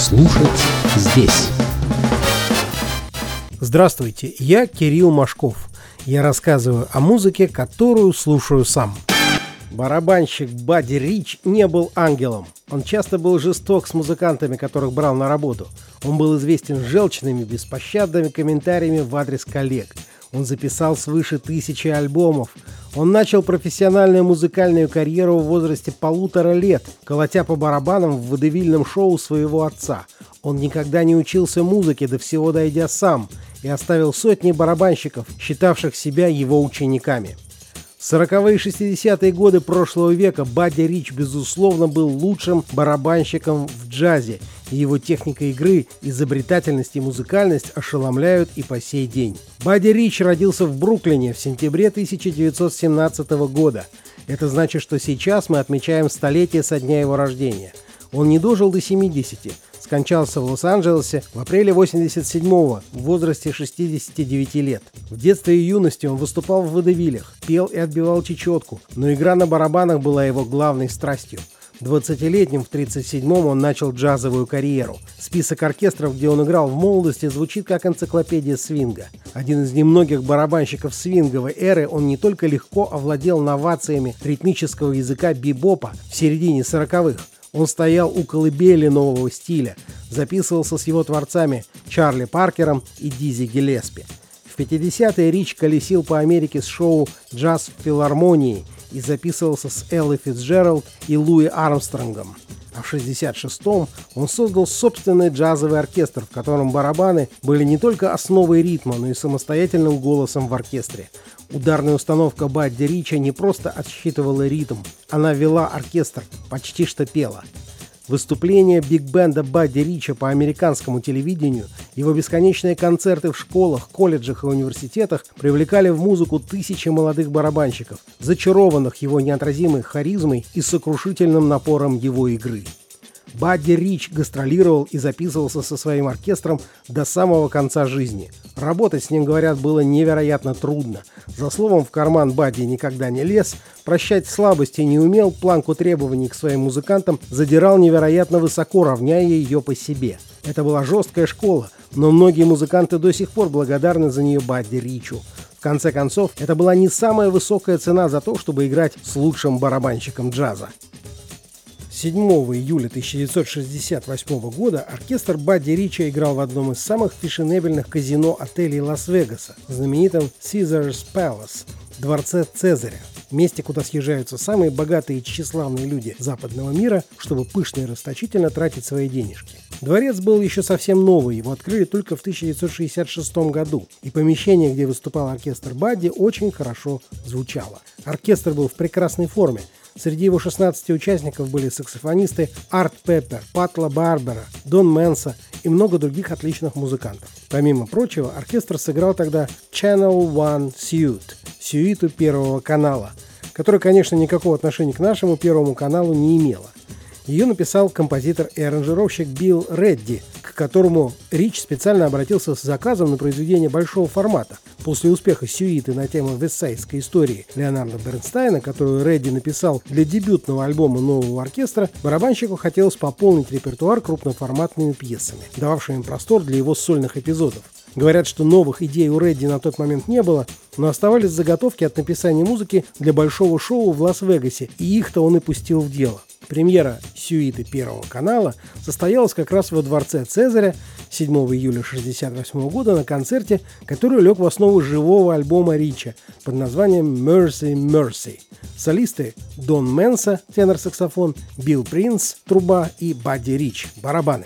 Слушать здесь. Здравствуйте, я Кирилл Машков. Я рассказываю о музыке, которую слушаю сам. Барабанщик Бадди Рич не был ангелом. Он часто был жесток с музыкантами, которых брал на работу. Он был известен желчными, беспощадными комментариями в адрес коллег. Он записал свыше 1000 альбомов. Он начал профессиональную музыкальную карьеру в возрасте 1,5 лет, колотя по барабанам в водевильном шоу своего отца. Он никогда не учился музыке, до всего дойдя сам, и оставил сотни барабанщиков, считавших себя его учениками. В 40-е и 60-е годы прошлого века Бадди Рич, безусловно, был лучшим барабанщиком в джазе, и его техника игры, изобретательность и музыкальность ошеломляют и по сей день. Бадди Рич родился в Бруклине в сентябре 1917 года. Это значит, что сейчас мы отмечаем столетие со дня его рождения. Он не дожил до 70, скончался в Лос-Анджелесе в апреле 87-го в возрасте 69 лет. В детстве и юности он выступал в водевилях, пел и отбивал чечетку, но игра на барабанах была его главной страстью. 20-летним в 1937-м он начал джазовую карьеру. Список оркестров, где он играл в молодости, звучит как энциклопедия свинга. Один из немногих барабанщиков свинговой эры, он не только легко овладел новациями ритмического языка бибопа в середине 40-х, он стоял у колыбели нового стиля, записывался с его творцами Чарли Паркером и Дизи Гиллеспи. В 50-е Рич колесил по Америке с шоу «Джаз в филармонии» и записывался с Эллой Фицджеральд и Луи Армстронгом. А в 66-м он создал собственный джазовый оркестр, в котором барабаны были не только основой ритма, но и самостоятельным голосом в оркестре. Ударная установка Бадди Рича не просто отсчитывала ритм, она вела оркестр, почти что пела. Выступления биг-бенда Бадди Рича по американскому телевидению, его бесконечные концерты в школах, колледжах и университетах привлекали в музыку тысячи молодых барабанщиков, зачарованных его неотразимой харизмой и сокрушительным напором его игры. Бадди Рич гастролировал и записывался со своим оркестром до самого конца жизни. Работать с ним, говорят, было невероятно трудно. За словом в карман Бадди никогда не лез, прощать слабости не умел, планку требований к своим музыкантам задирал невероятно высоко, равняя ее по себе. Это была жесткая школа, но многие музыканты до сих пор благодарны за нее Бадди Ричу. В конце концов, это была не самая высокая цена за то, чтобы играть с лучшим барабанщиком джаза. 7 июля 1968 года оркестр Бадди Рича играл в одном из самых фешенебельных казино-отелей Лас-Вегаса, знаменитом Caesars Palace, дворце Цезаря, месте, куда съезжаются самые богатые и тщеславные люди западного мира, чтобы пышно и расточительно тратить свои денежки. Дворец был еще совсем новый, его открыли только в 1966 году, и помещение, где выступал оркестр Бадди, очень хорошо звучало. Оркестр был в прекрасной форме. Среди его 16 участников были саксофонисты Арт Пеппер, Пат LaBarbera, Дон Менса и много других отличных музыкантов. Помимо прочего, оркестр сыграл тогда Channel One Suite, сюиту Первого канала, которая, конечно, никакого отношения к нашему Первому каналу не имела. Ее написал композитор и аранжировщик Билл Редди, к которому Рич специально обратился с заказом на произведение большого формата. После успеха сюиты на тему вестсайдской истории Леонарда Бернстайна, которую Редди написал для дебютного альбома нового оркестра, барабанщику хотелось пополнить репертуар крупноформатными пьесами, дававшими простор для его сольных эпизодов. Говорят, что новых идей у Редди на тот момент не было, но оставались заготовки от написания музыки для большого шоу в Лас-Вегасе, и их-то он и пустил в дело. Премьера сюиты Первого канала состоялась как раз во дворце Цезаря 7 июля 1968 года на концерте, который лег в основу живого альбома Рича под названием «Mercy, Mercy». Солисты Дон Менса, тенор-саксофон, Билл Принс, труба и Бадди Рич, барабаны.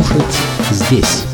слушать здесь.